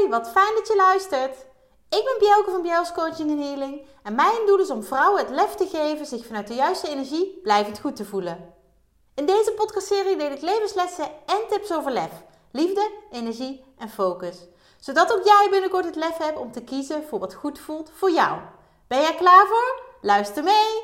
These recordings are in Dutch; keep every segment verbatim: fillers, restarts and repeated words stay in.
Hoi, wat fijn dat je luistert. Ik ben Bjelke van Bjels Coaching en Healing en mijn doel is om vrouwen het lef te geven zich vanuit de juiste energie blijvend goed te voelen. In deze podcastserie deel ik levenslessen en tips over lef, liefde, energie en focus. Zodat ook jij binnenkort het lef hebt om te kiezen voor wat goed voelt voor jou. Ben jij klaar voor? Luister mee!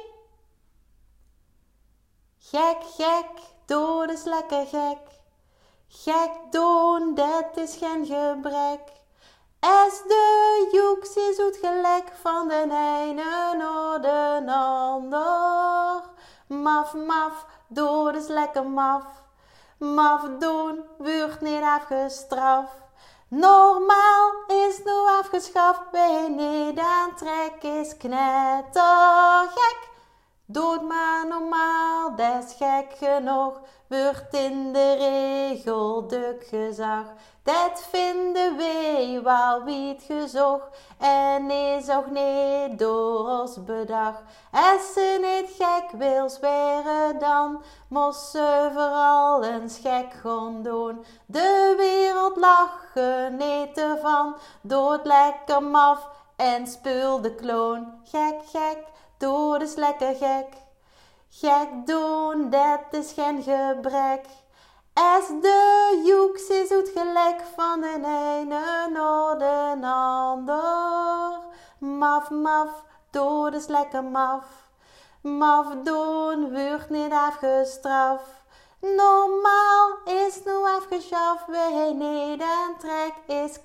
Gek, gek, doe dus lekker gek. Gek doen, dat is geen gebrek. Es de joeks is het gelijk van de ene naar de ander. Maf, maf, doe dus lekker maf. Maf doen, wordt niet afgestraft. Normaal is nu afgeschaft, ben niet aan trek is knettergek. Doe het maar normaal, dat is gek genoeg. Wordt in de regel duk gezag. Dat vinden wij wel wie het gezocht. En is ook niet door ons bedacht. Als ze niet gek wil speren dan. Moest ze vooral eens gek gaan doen. De wereld lachen niet ervan. Doe het lekker maf en spul de kloon. Gek, gek, doe dus lekker gek. Gek doen, dat is geen gebrek. As de joeks is het gelijk van de ene naar de ander. Maf, maf, doe dus lekker maf. Maf doen, wordt niet afgestraft. Normaal is nu afgeschaft, wij niet aan trek is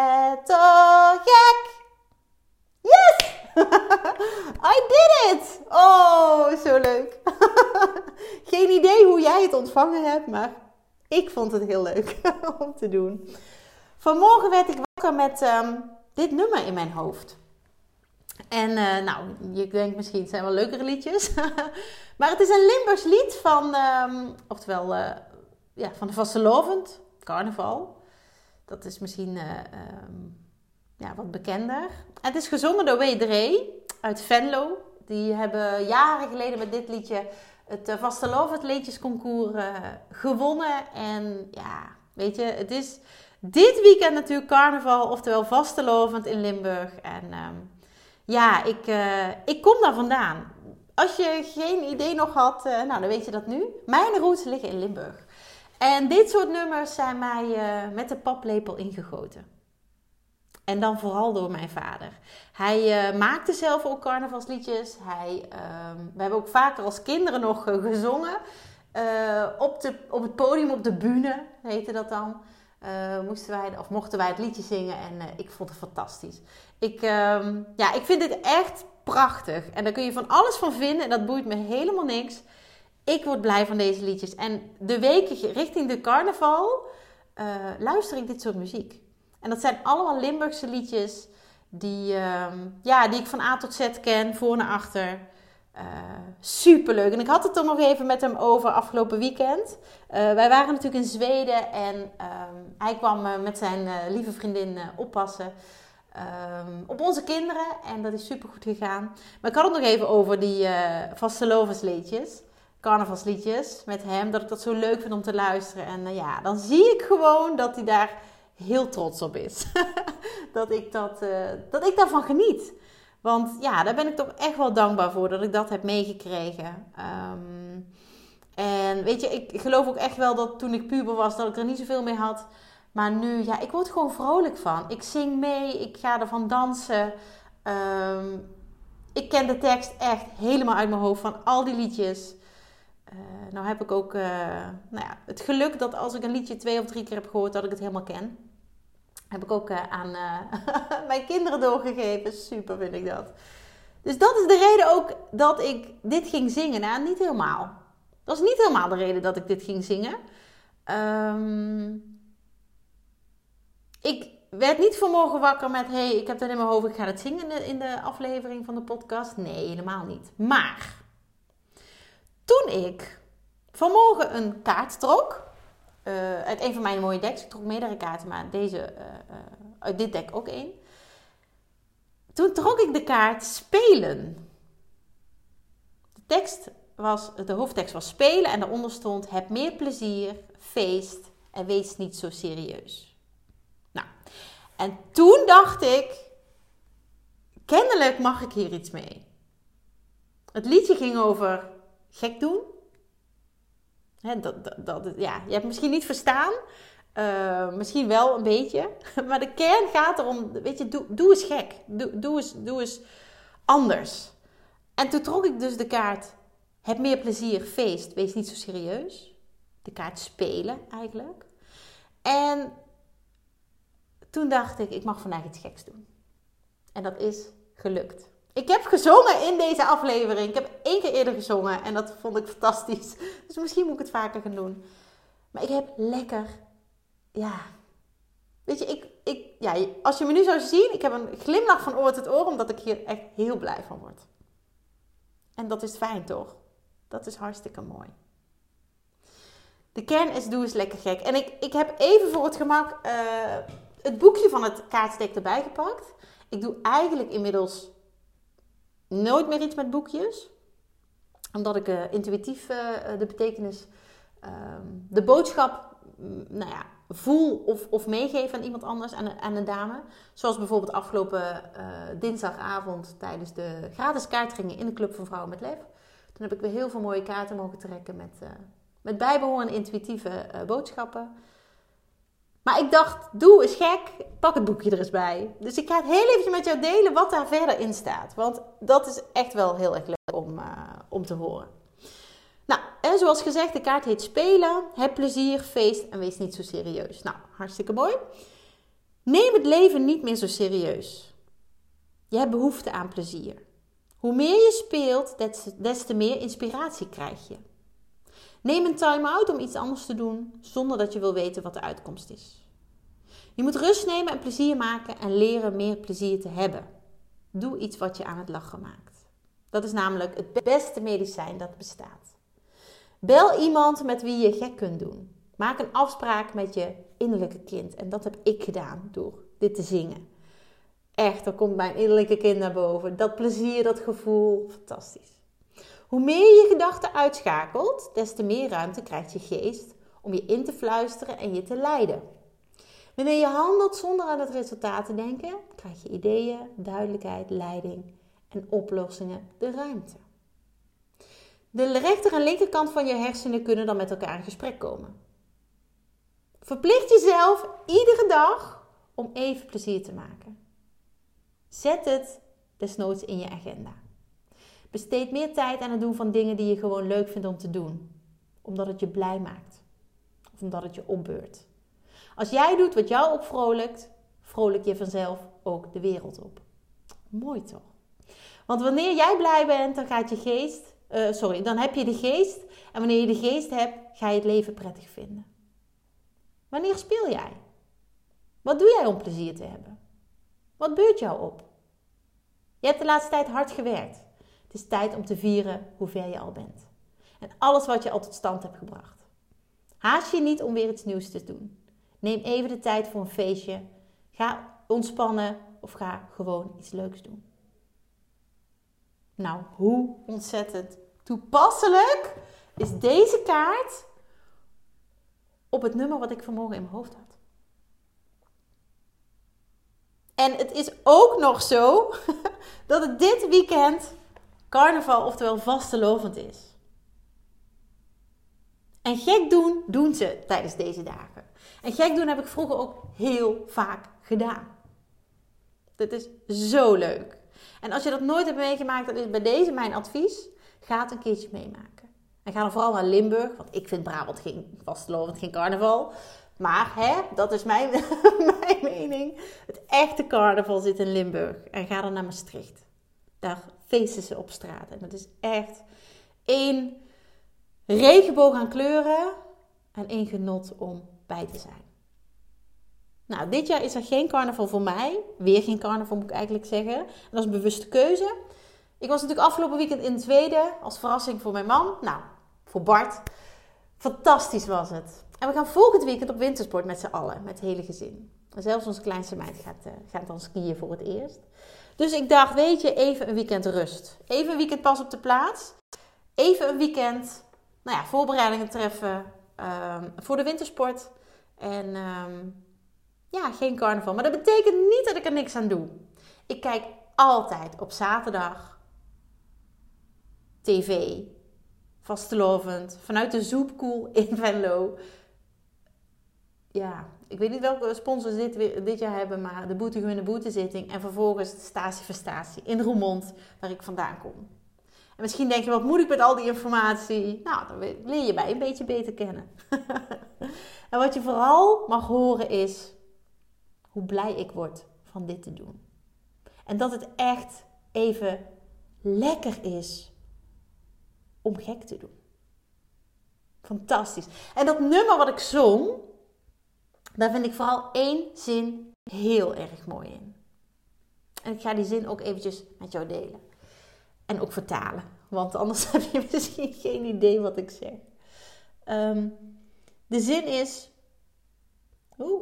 knettergek. Yes! I did it! Oh, zo leuk. Geen idee hoe jij het ontvangen hebt, maar ik vond het heel leuk om te doen. Vanmorgen werd ik wakker met um, dit nummer in mijn hoofd. En uh, nou, je denkt misschien het zijn wel leukere liedjes. Maar het is een Limburgs lied van, um, oftewel uh, ja, van de Vastelovend, carnaval. Dat is misschien uh, um, ja, wat bekender. Het is gezongen door W drie uit Venlo. Die hebben jaren geleden met dit liedje het uh, Vastelovend liedjesconcours uh, gewonnen. En ja, weet je, het is dit weekend natuurlijk carnaval, oftewel Vastelovend in Limburg. En um, ja, ik, uh, ik kom daar vandaan. Als je geen idee nog had, uh, nou dan weet je dat nu. Mijn roots liggen in Limburg. En dit soort nummers zijn mij uh, met de paplepel ingegoten. En dan vooral door mijn vader. Hij uh, maakte zelf ook carnavalsliedjes. Hij, uh, we hebben ook vaker als kinderen nog uh, gezongen. Uh, op, de, op het podium, op de bühne heette dat dan. Uh, moesten wij, of mochten wij het liedje zingen. En uh, ik vond het fantastisch. Ik, uh, ja, ik vind dit echt prachtig. En daar kun je van alles van vinden. En dat boeit me helemaal niks. Ik word blij van deze liedjes. En de weken richting de carnaval uh, luister ik dit soort muziek. En dat zijn allemaal Limburgse liedjes die, uh, ja, die ik van A tot Z ken, voor naar achter. Uh, superleuk. En ik had het er nog even met hem over afgelopen weekend. Uh, wij waren natuurlijk in Zweden en uh, hij kwam uh, met zijn uh, lieve vriendin uh, oppassen uh, op onze kinderen. En dat is super goed gegaan. Maar ik had het nog even over die uh, vastelovensliedjes, carnavalsliedjes met hem. Dat ik dat zo leuk vind om te luisteren. En uh, ja, dan zie ik gewoon dat hij daar heel trots op is. dat, ik dat, uh, dat ik daarvan geniet. Want ja, daar ben ik toch echt wel dankbaar voor dat ik dat heb meegekregen. Um, en weet je, ik geloof ook echt wel dat toen ik puber was, dat ik er niet zoveel mee had. Maar nu, ja, ik word gewoon vrolijk van. Ik zing mee, ik ga ervan dansen. Um, ik ken de tekst echt helemaal uit mijn hoofd van al die liedjes. Uh, nou heb ik ook uh, nou ja, het geluk dat als ik een liedje twee of drie keer heb gehoord, dat ik het helemaal ken. Heb ik ook uh, aan uh, mijn kinderen doorgegeven. Super vind ik dat. Dus dat is de reden ook dat ik dit ging zingen. Nou, niet helemaal. Dat is niet helemaal de reden dat ik dit ging zingen. Um, ik werd niet vanmorgen wakker met... hey, ik heb dat in mijn hoofd, ik ga het zingen in de, in de aflevering van de podcast. Nee, helemaal niet. Maar toen ik vanmorgen een kaart trok... Uh, uit een van mijn mooie decks. Ik trok meerdere kaarten, maar deze, uh, uh, uit dit deck ook één. Toen trok ik de kaart spelen. De tekst was, de hoofdtekst was spelen en daaronder stond: heb meer plezier, feest en wees niet zo serieus. Nou, En toen dacht ik, kennelijk mag ik hier iets mee. Het liedje ging over gek doen. He, dat, dat, dat, ja, je hebt het misschien niet verstaan. Uh, misschien wel een beetje. Maar de kern gaat erom, weet je, doe, doe eens gek. Doe, doe, eens, doe eens anders. En toen trok ik dus de kaart, heb meer plezier, feest, wees niet zo serieus. De kaart spelen eigenlijk. En toen dacht ik, ik mag vandaag iets geks doen. En dat is gelukt. Ik heb gezongen in deze aflevering. Ik heb één keer eerder gezongen en dat vond ik fantastisch. Dus misschien moet ik het vaker gaan doen. Maar ik heb lekker, ja, weet je, ik, ik, ja, als je me nu zou zien, ik heb een glimlach van oor tot oor, omdat ik hier echt heel blij van word. En dat is fijn, toch? Dat is hartstikke mooi. De kern is, doe eens lekker gek. En ik, ik heb even voor het gemak uh, het boekje van het kaartendek erbij gepakt. Ik doe eigenlijk inmiddels nooit meer iets met boekjes. Omdat ik uh, intuïtief uh, de betekenis, uh, de boodschap, nou ja, voel of, of meegeef aan iemand anders, aan, aan een dame. Zoals bijvoorbeeld afgelopen uh, dinsdagavond tijdens de gratis kaartringen in de Club van Vrouwen met Lef. Toen heb ik weer heel veel mooie kaarten mogen trekken met, uh, met bijbehorende intuïtieve uh, boodschappen. Maar ik dacht, doe eens gek, pak het boekje er eens bij. Dus ik ga het heel eventjes met jou delen wat daar verder in staat. Want dat is echt wel heel erg leuk om, uh, om te horen. Nou, en zoals gezegd, de kaart heet spelen. Heb plezier, feest en wees niet zo serieus. Nou, hartstikke mooi. Neem het leven niet meer zo serieus. Je hebt behoefte aan plezier. Hoe meer je speelt, des, des te meer inspiratie krijg je. Neem een time-out om iets anders te doen, zonder dat je wil weten wat de uitkomst is. Je moet rust nemen en plezier maken en leren meer plezier te hebben. Doe iets wat je aan het lachen maakt. Dat is namelijk het beste medicijn dat bestaat. Bel iemand met wie je gek kunt doen. Maak een afspraak met je innerlijke kind. En dat heb ik gedaan door dit te zingen. Echt, er komt mijn innerlijke kind naar boven. Dat plezier, dat gevoel, fantastisch. Hoe meer je je gedachten uitschakelt, des te meer ruimte krijgt je geest om je in te fluisteren en je te leiden. Wanneer je handelt zonder aan het resultaat te denken, krijg je ideeën, duidelijkheid, leiding en oplossingen de ruimte. De rechter- en linkerkant van je hersenen kunnen dan met elkaar in gesprek komen. Verplicht jezelf iedere dag om even plezier te maken. Zet het desnoods in je agenda. Besteed meer tijd aan het doen van dingen die je gewoon leuk vindt om te doen. Omdat het je blij maakt. Of omdat het je opbeurt. Als jij doet wat jou opvrolijkt, vrolijk je vanzelf ook de wereld op. Mooi toch? Want wanneer jij blij bent, dan gaat je geest... Uh, sorry, dan heb je de geest. En wanneer je de geest hebt, ga je het leven prettig vinden. Wanneer speel jij? Wat doe jij om plezier te hebben? Wat beurt jou op? Je hebt de laatste tijd hard gewerkt. Het is tijd om te vieren hoe ver je al bent. En alles wat je al tot stand hebt gebracht. Haast je niet om weer iets nieuws te doen. Neem even de tijd voor een feestje. Ga ontspannen of ga gewoon iets leuks doen. Nou, hoe ontzettend toepasselijk is deze kaart op het nummer wat ik vanmorgen in mijn hoofd had. En het is ook nog zo dat het dit weekend carnaval, oftewel vastelovend is. En gek doen, doen ze tijdens deze dagen. En gek doen heb ik vroeger ook heel vaak gedaan. Dat is zo leuk. En als je dat nooit hebt meegemaakt, dan is bij deze mijn advies. Ga het een keertje meemaken. En ga dan vooral naar Limburg, want ik vind Brabant geen vastelovend, geen carnaval. Maar hè, dat is mijn, mijn mening. Het echte carnaval zit in Limburg. En ga dan naar Maastricht. Daar feesten ze op straat. En dat is echt één regenboog aan kleuren en één genot om bij te zijn. Nou, dit jaar is er geen carnaval voor mij. Weer geen carnaval moet ik eigenlijk zeggen. En dat is een bewuste keuze. Ik was natuurlijk afgelopen weekend in Zweden als verrassing voor mijn man. Nou, voor Bart. Fantastisch was het. En we gaan volgend weekend op wintersport met z'n allen, met het hele gezin. En zelfs onze kleinste meid gaat, uh, gaat dan skiën voor het eerst. Dus ik dacht, weet je, even een weekend rust. Even een weekend pas op de plaats. Even een weekend, nou ja, voorbereidingen treffen um, voor de wintersport. En um, ja, geen carnaval. Maar dat betekent niet dat ik er niks aan doe. Ik kijk altijd op zaterdag tv, vastelovend, vanuit de Zoepkoel in Venlo. Ja, ik weet niet welke sponsors dit, dit jaar hebben, maar de Boete Gunne Boetezitting. En vervolgens de Statie voor Statie in Roermond, waar ik vandaan kom. En misschien denk je, wat moet ik met al die informatie? Nou, dan leer je mij een beetje beter kennen. En wat je vooral mag horen is hoe blij ik word van dit te doen. En dat het echt even lekker is om gek te doen. Fantastisch. En dat nummer wat ik zong, daar vind ik vooral één zin heel erg mooi in. En ik ga die zin ook eventjes met jou delen. En ook vertalen. Want anders heb je misschien geen idee wat ik zeg. Um, de zin is... Oeh.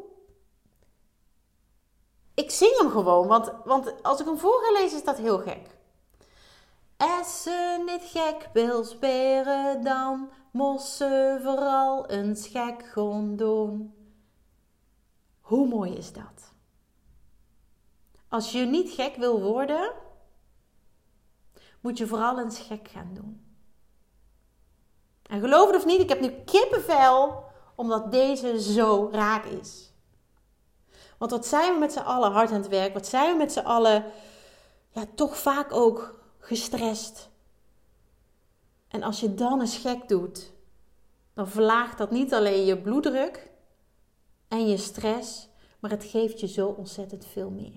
Ik zing hem gewoon. Want, want als ik hem voor ga lezen is dat heel gek. Als ze niet gek wil spelen, dan moest ze vooral eens gek gaan doen. Hoe mooi is dat? Als je niet gek wil worden, moet je vooral eens gek gaan doen. En geloof het of niet, ik heb nu kippenvel, omdat deze zo raak is. Want wat zijn we met z'n allen hard aan het werk? Wat zijn we met z'n allen, ja, toch vaak ook gestrest. En als je dan eens gek doet, dan verlaagt dat niet alleen je bloeddruk en je stress, maar het geeft je zo ontzettend veel meer.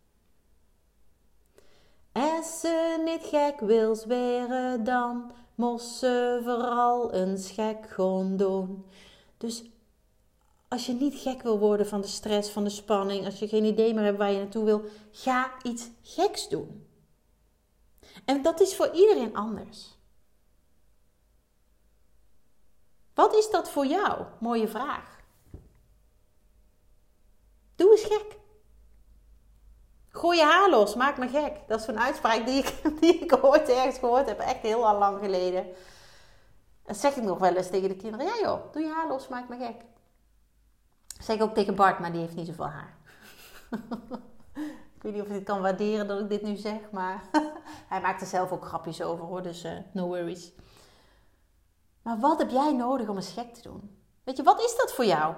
Als ze niet gek wil zweren, dan moest ze vooral eens gek gaan doen. Dus als je niet gek wil worden van de stress, van de spanning, als je geen idee meer hebt waar je naartoe wil, ga iets geks doen. En dat is voor iedereen anders. Wat is dat voor jou? Mooie vraag. Doe eens gek. Gooi je haar los, maak me gek. Dat is zo'n uitspraak die ik, die ik ooit ergens gehoord heb, echt heel al lang geleden. Dat zeg ik nog wel eens tegen de kinderen. Ja joh, doe je haar los, maak me gek. Dat zeg ik ook tegen Bart, maar die heeft niet zoveel haar. Ik weet niet of je het kan waarderen dat ik dit nu zeg, maar hij maakt er zelf ook grapjes over hoor, dus uh, no worries. Maar wat heb jij nodig om eens gek te doen? Weet je, wat is dat voor jou?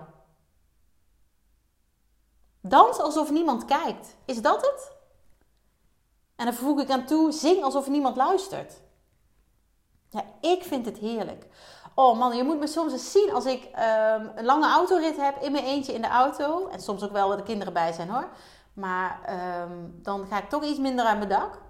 Dans alsof niemand kijkt. Is dat het? En dan voeg ik aan toe, zing alsof niemand luistert. Ja, ik vind het heerlijk. Oh man, je moet me soms eens zien als ik um, een lange autorit heb in mijn eentje in de auto. En soms ook wel waar de kinderen bij zijn hoor. Maar um, dan ga ik toch iets minder aan mijn dak.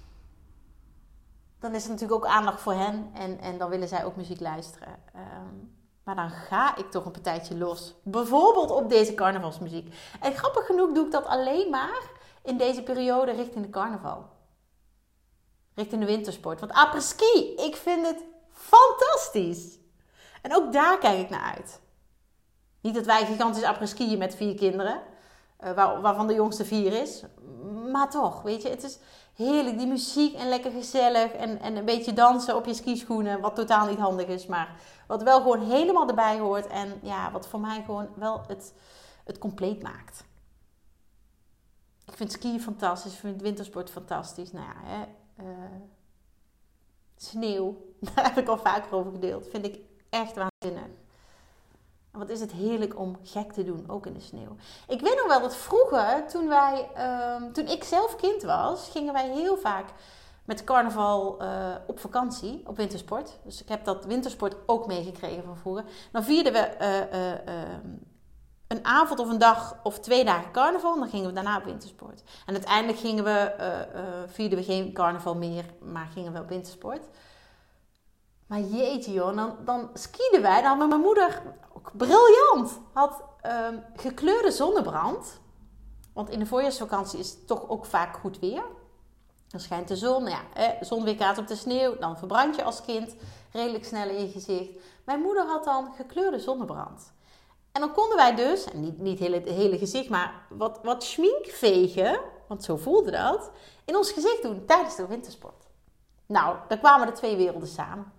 Dan is er natuurlijk ook aandacht voor hen. En, en dan willen zij ook muziek luisteren. Um, maar dan ga ik toch een partijtje los. Bijvoorbeeld op deze carnavalsmuziek. En grappig genoeg doe ik dat alleen maar in deze periode richting de carnaval. Richting de wintersport. Want après-ski, ik vind het fantastisch. En ook daar kijk ik naar uit. Niet dat wij gigantisch après-skiën met vier kinderen. Uh, waar, waarvan de jongste vier is. Maar toch, weet je, het is heerlijk. Die muziek en lekker gezellig. En, en een beetje dansen op je skischoenen. Wat totaal niet handig is. Maar wat wel gewoon helemaal erbij hoort. En ja, wat voor mij gewoon wel het, het compleet maakt. Ik vind skiën fantastisch. Ik vind wintersport fantastisch. Nou ja, hè. Uh, sneeuw. Daar heb ik al vaker over gedeeld. Vind ik echt waanzinnig. En wat is het heerlijk om gek te doen, ook in de sneeuw. Ik weet nog wel dat vroeger, toen, wij, uh, toen ik zelf kind was, gingen wij heel vaak met carnaval uh, op vakantie, op wintersport. Dus ik heb dat wintersport ook meegekregen van vroeger. Dan vierden we uh, uh, uh, een avond of een dag of twee dagen carnaval. En dan gingen we daarna op wintersport. En uiteindelijk gingen we, uh, uh, vierden we geen carnaval meer, maar gingen we op wintersport. Maar jeetje joh, dan, dan skieden wij. Dan had mijn moeder, ook briljant, had um, gekleurde zonnebrand. Want in de voorjaarsvakantie is het toch ook vaak goed weer. Dan schijnt de zon, ja, eh, zon weerkaatst op de sneeuw. Dan verbrand je als kind redelijk snel in je gezicht. Mijn moeder had dan gekleurde zonnebrand. En dan konden wij dus, en niet, niet het hele, hele gezicht, maar wat, wat schmink vegen, want zo voelde dat, in ons gezicht doen tijdens de wintersport. Nou, daar kwamen de twee werelden samen.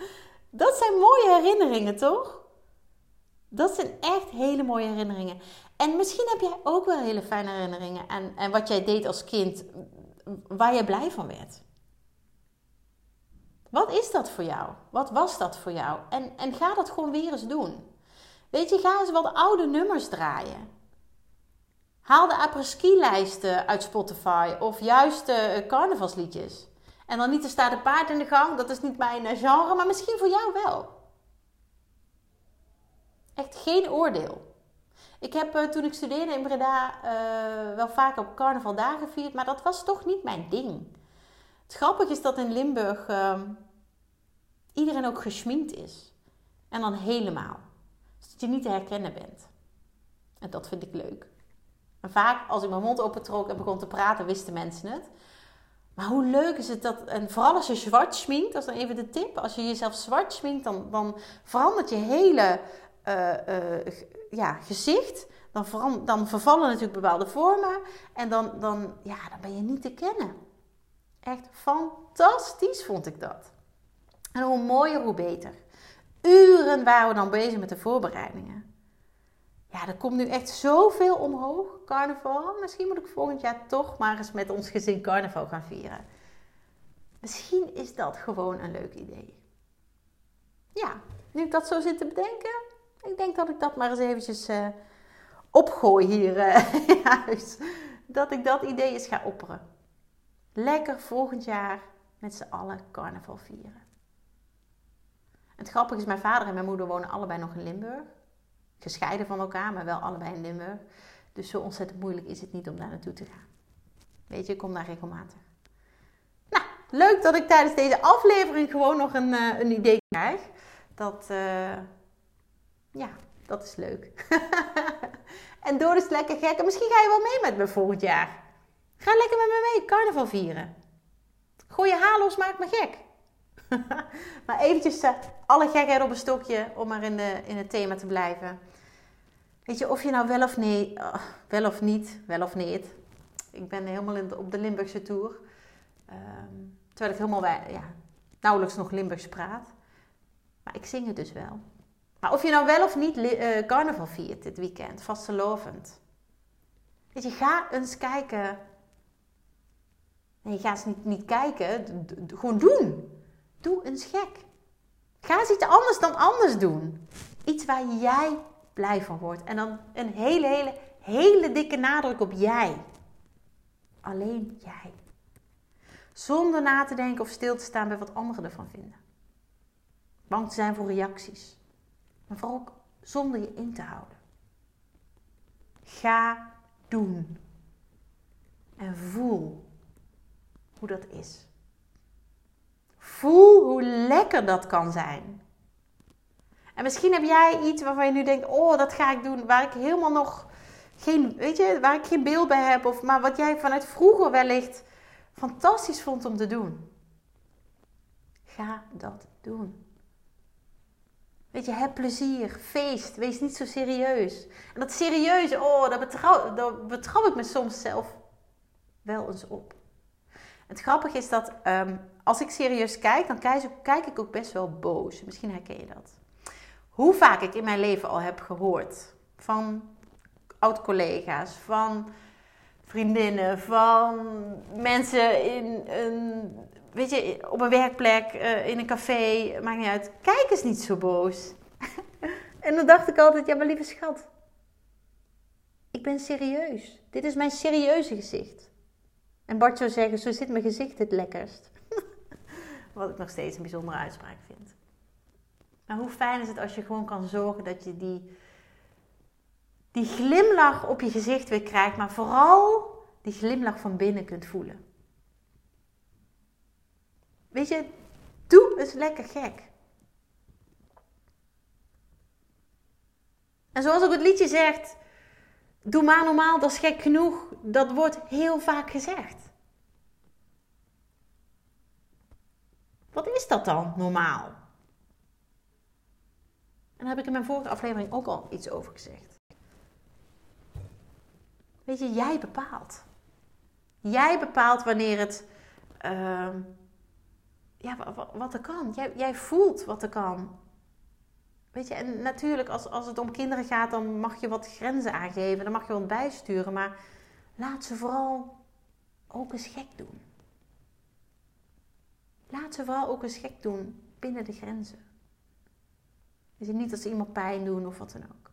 Dat zijn mooie herinneringen, toch? Dat zijn echt hele mooie herinneringen. En misschien heb jij ook wel hele fijne herinneringen en, en wat jij deed als kind, waar je blij van werd. Wat is dat voor jou? Wat was dat voor jou? En, en ga dat gewoon weer eens doen. Weet je, ga eens wat oude nummers draaien. Haal de après-ski-lijsten uit Spotify of juist de carnavalsliedjes. En dan niet er staat een paard in de gang, dat is niet mijn genre, maar misschien voor jou wel. Echt geen oordeel. Ik heb uh, toen ik studeerde in Breda uh, wel vaak op carnavaldagen gevierd, maar dat was toch niet mijn ding. Het grappige is dat in Limburg uh, iedereen ook geschminkt is. En dan helemaal. Zodat je niet te herkennen bent. En dat vind ik leuk. En vaak als ik mijn mond opentrok en begon te praten, wisten mensen het. Maar hoe leuk is het dat, en vooral als je zwart schminkt, dat is dan even de tip. Als je jezelf zwart schminkt, dan, dan verandert je hele uh, uh, ja, gezicht. Dan, verand, dan vervallen natuurlijk bepaalde vormen. En dan, dan, ja, dan ben je niet te kennen. Echt fantastisch vond ik dat. En hoe mooier, hoe beter. Uren waren we dan bezig met de voorbereidingen. Ja, er komt nu echt zoveel omhoog, carnaval. Misschien moet ik volgend jaar toch maar eens met ons gezin carnaval gaan vieren. Misschien is dat gewoon een leuk idee. Ja, nu ik dat zo zit te bedenken, ik denk dat ik dat maar eens eventjes uh, opgooi hier uh, in huis. Dat ik dat idee eens ga opperen. Lekker volgend jaar met z'n allen carnaval vieren. Het grappige is, mijn vader en mijn moeder wonen allebei nog in Limburg. Gescheiden van elkaar, maar wel allebei in Limburg. Dus zo ontzettend moeilijk is het niet om daar naartoe te gaan. Weet je, ik kom daar regelmatig. Nou, leuk dat ik tijdens deze aflevering gewoon nog een, uh, een idee krijg. Dat, uh, ja, dat is leuk. En door is lekker gek. En misschien ga je wel mee met me volgend jaar. Ga lekker met me mee, carnaval vieren. Gooi je haar los, maak me gek. Maar eventjes uh, alle gekheid op een stokje om maar in, de, in het thema te blijven. Weet je, of je nou wel of nee, uh, wel of niet, wel of niet. Ik ben helemaal in de, op de Limburgse tour. Um, terwijl ik helemaal ja, nauwelijks nog Limburgs praat. Maar ik zing het dus wel. Maar of je nou wel of niet uh, carnaval viert dit weekend, vastelovend. Weet je, ga eens kijken. Nee, ga eens niet, niet kijken, d- d- gewoon doen. Doe eens gek. Ga eens iets anders dan anders doen. Iets waar jij blij van wordt. En dan een hele, hele, hele dikke nadruk op jij. Alleen jij. Zonder na te denken of stil te staan bij wat anderen ervan vinden. Bang te zijn voor reacties. Maar vooral ook zonder je in te houden. Ga doen. En voel hoe dat is. Voel hoe lekker dat kan zijn. En misschien heb jij iets waarvan je nu denkt, oh, dat ga ik doen, waar ik helemaal nog geen, weet je, waar ik geen beeld bij heb, of maar wat jij vanuit vroeger wellicht fantastisch vond om te doen. Ga dat doen. Weet je, heb plezier, feest, wees niet zo serieus. En dat serieuze, oh, daar betrouw, daar betrap ik me soms zelf wel eens op. Het grappige is dat um, als ik serieus kijk, dan kijk, kijk ik ook best wel boos. Misschien herken je dat. Hoe vaak ik in mijn leven al heb gehoord van oud-collega's, van vriendinnen, van mensen in een, weet je, op een werkplek, uh, in een café, maakt niet uit. Kijk eens niet zo boos. En dan dacht ik altijd, ja maar lieve schat, ik ben serieus. Dit is mijn serieuze gezicht. En Bart zou zeggen, zo zit mijn gezicht het lekkerst. Wat ik nog steeds een bijzondere uitspraak vind. Maar hoe fijn is het als je gewoon kan zorgen dat je die, die glimlach op je gezicht weer krijgt. Maar vooral die glimlach van binnen kunt voelen. Weet je, doe eens lekker gek. En zoals ook het liedje zegt, doe maar normaal, dat is gek genoeg. Dat wordt heel vaak gezegd. Wat is dat dan, normaal? En daar heb ik in mijn vorige aflevering ook al iets over gezegd. Weet je, jij bepaalt. Jij bepaalt wanneer het, uh, ja, wat er kan. Jij, jij voelt wat er kan. Weet je, en natuurlijk als, als het om kinderen gaat, dan mag je wat grenzen aangeven. Dan mag je wat bijsturen. Maar laat ze vooral ook eens gek doen. Laat ze vooral ook eens gek doen binnen de grenzen. Weet je, niet dat ze iemand pijn doen of wat dan ook.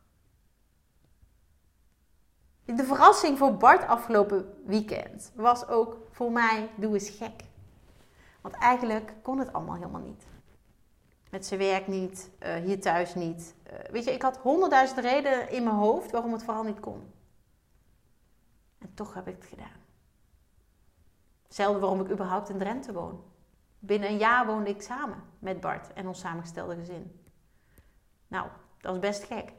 De verrassing voor Bart afgelopen weekend was ook voor mij, doe eens gek. Want eigenlijk kon het allemaal helemaal niet. Met zijn werk niet, uh, hier thuis niet. Uh, weet je, ik had honderdduizend redenen in mijn hoofd waarom het vooral niet kon. En toch heb ik het gedaan. Hetzelfde waarom ik überhaupt in Drenthe woon. Binnen een jaar woonde ik samen met Bart en ons samengestelde gezin. Nou, dat was best gek.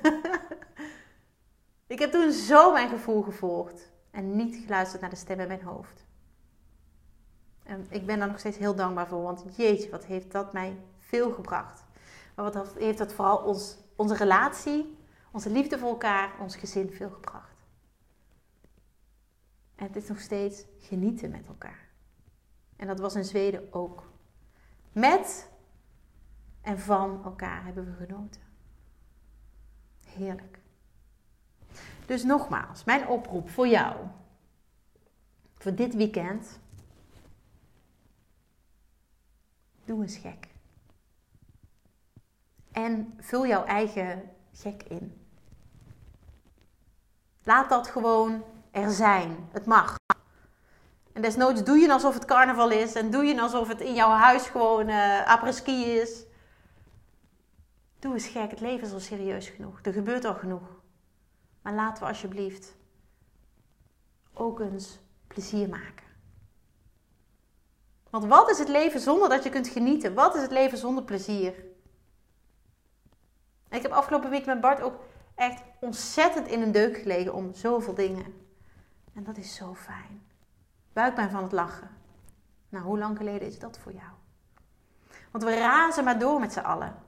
Ik heb toen zo mijn gevoel gevolgd en niet geluisterd naar de stem in mijn hoofd. En ik ben daar nog steeds heel dankbaar voor, want jeetje, wat heeft dat mij veel gebracht. Maar wat heeft dat vooral ons, onze relatie, onze liefde voor elkaar, ons gezin veel gebracht. En het is nog steeds genieten met elkaar. En dat was in Zweden ook. Met en van elkaar hebben we genoten. Heerlijk. Dus nogmaals, mijn oproep voor jou. Voor dit weekend. Doe eens gek. En vul jouw eigen gek in. Laat dat gewoon er zijn. Het mag. En desnoods doe je alsof het carnaval is. En doe je alsof het in jouw huis gewoon uh, après-ski is. Doe eens gek. Het leven is al serieus genoeg. Er gebeurt al genoeg. Maar laten we alsjeblieft ook eens plezier maken. Want wat is het leven zonder dat je kunt genieten? Wat is het leven zonder plezier? En ik heb afgelopen week met Bart ook echt ontzettend in een deuk gelegen om zoveel dingen. En dat is zo fijn. Buikpijn van het lachen. Nou, hoe lang geleden is dat voor jou? Want we razen maar door met z'n allen.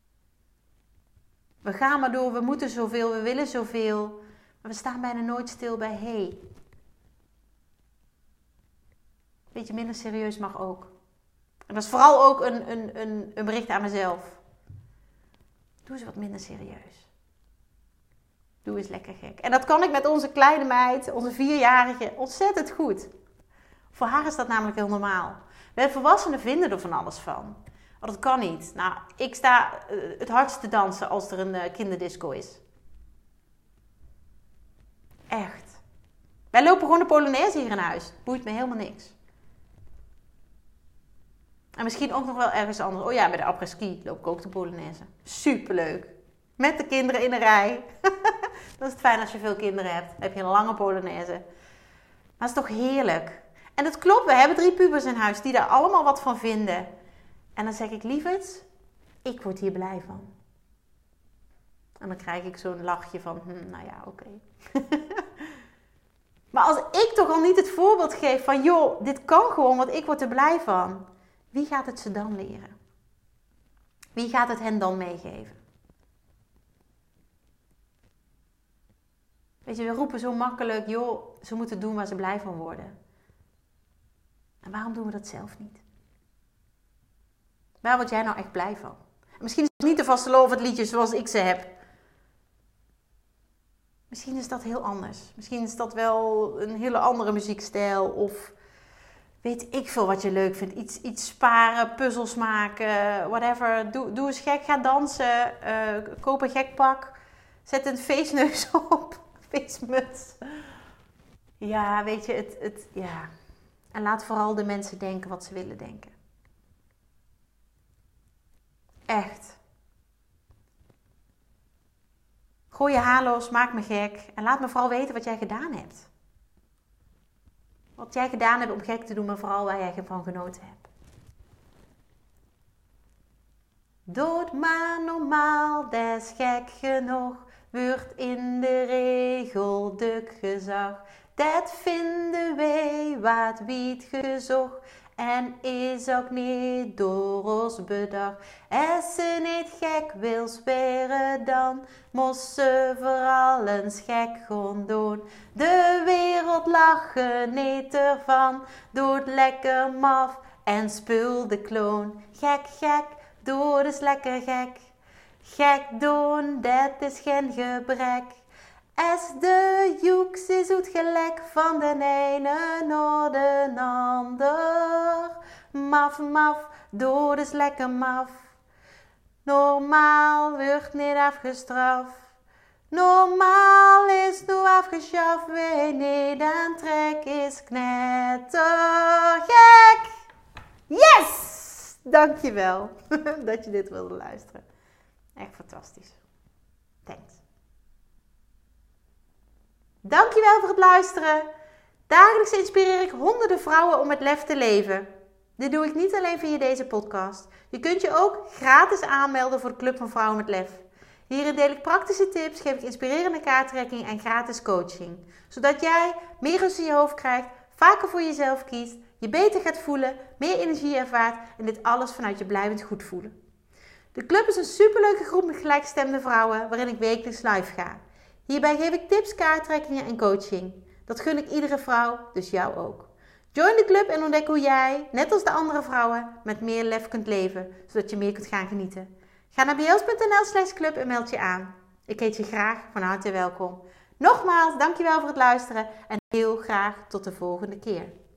We gaan maar door, we moeten zoveel, we willen zoveel. Maar we staan bijna nooit stil bij, hé. Hey, weet je, minder serieus mag ook. En dat is vooral ook een, een, een, een bericht aan mezelf. Doe eens wat minder serieus. Doe eens lekker gek. En dat kan ik met onze kleine meid, onze vierjarige, ontzettend goed. Voor haar is dat namelijk heel normaal. Wij volwassenen vinden er van alles van. Maar dat kan niet. Nou, ik sta uh, het hardst te dansen als er een uh, kinderdisco is. Echt. Wij lopen gewoon de Polonaise hier in huis. Boeit me helemaal niks. En misschien ook nog wel ergens anders. Oh ja, bij de après-ski loop ik ook de Polonaise. Superleuk. Met de kinderen in een rij. Dat is het fijn als je veel kinderen hebt. Dan heb je een lange Polonaise. Maar het is toch heerlijk. En het klopt, we hebben drie pubers in huis die daar allemaal wat van vinden. En dan zeg ik, lieverd, ik word hier blij van. En dan krijg ik zo'n lachje van, hm, nou ja, oké. Okay. Maar als ik toch al niet het voorbeeld geef van, joh, dit kan gewoon, want ik word er blij van. Wie gaat het ze dan leren? Wie gaat het hen dan meegeven? Weet je, we roepen zo makkelijk, joh, ze moeten doen waar ze blij van worden. En waarom doen we dat zelf niet? Waar word jij nou echt blij van? Misschien is het niet de vastelovend liedje zoals ik ze heb. Misschien is dat heel anders. Misschien is dat wel een hele andere muziekstijl. Of weet ik veel wat je leuk vindt. Iets, iets sparen, puzzels maken, whatever. Doe, doe eens gek, ga dansen. Uh, koop een gek pak. Zet een feestneus op. Feestmuts. Ja, weet je, het, het, ja. En laat vooral de mensen denken wat ze willen denken. Echt. Gooi je haar los, maak me gek. En laat me vooral weten wat jij gedaan hebt. Wat jij gedaan hebt om gek te doen, maar vooral waar jij van genoten hebt. Dood maar normaal, des gek genoeg. Wordt in de regel duk gezag. Dat vinden wij wat wiet gezocht. En is ook niet door ons bedacht. Als ze niet gek wil spelen dan, moest ze vooral eens gek gewoon doen. De wereld lachen niet ervan, doet lekker maf en spul de kloon. Gek, gek, doe dus lekker gek. Gek doen, dat is geen gebrek. As de joeks is het gelijk van de ene naar de ander. Maf, maf, dood is lekker maf. Normaal wordt niet afgestraft. Normaal is nu afgeschaft. Wie niet aan trek is knettergek. Yes! Dankjewel dat je dit wilde luisteren. Echt fantastisch. Thanks. Dankjewel voor het luisteren. Dagelijks inspireer ik honderden vrouwen om met lef te leven. Dit doe ik niet alleen via deze podcast. Je kunt je ook gratis aanmelden voor de Club van Vrouwen met Lef. Hierin deel ik praktische tips, geef ik inspirerende kaarttrekking en gratis coaching. Zodat jij meer rust in je hoofd krijgt, vaker voor jezelf kiest, je beter gaat voelen, meer energie ervaart en dit alles vanuit je blijvend goed voelen. De club is een superleuke groep met gelijkgestemde vrouwen waarin ik wekelijks live ga. Hierbij geef ik tips, kaarttrekkingen en coaching. Dat gun ik iedere vrouw, dus jou ook. Join de club en ontdek hoe jij, net als de andere vrouwen, met meer lef kunt leven, zodat je meer kunt gaan genieten. Ga naar bjels.nl slash club en meld je aan. Ik heet je graag van harte welkom. Nogmaals, dankjewel voor het luisteren en heel graag tot de volgende keer.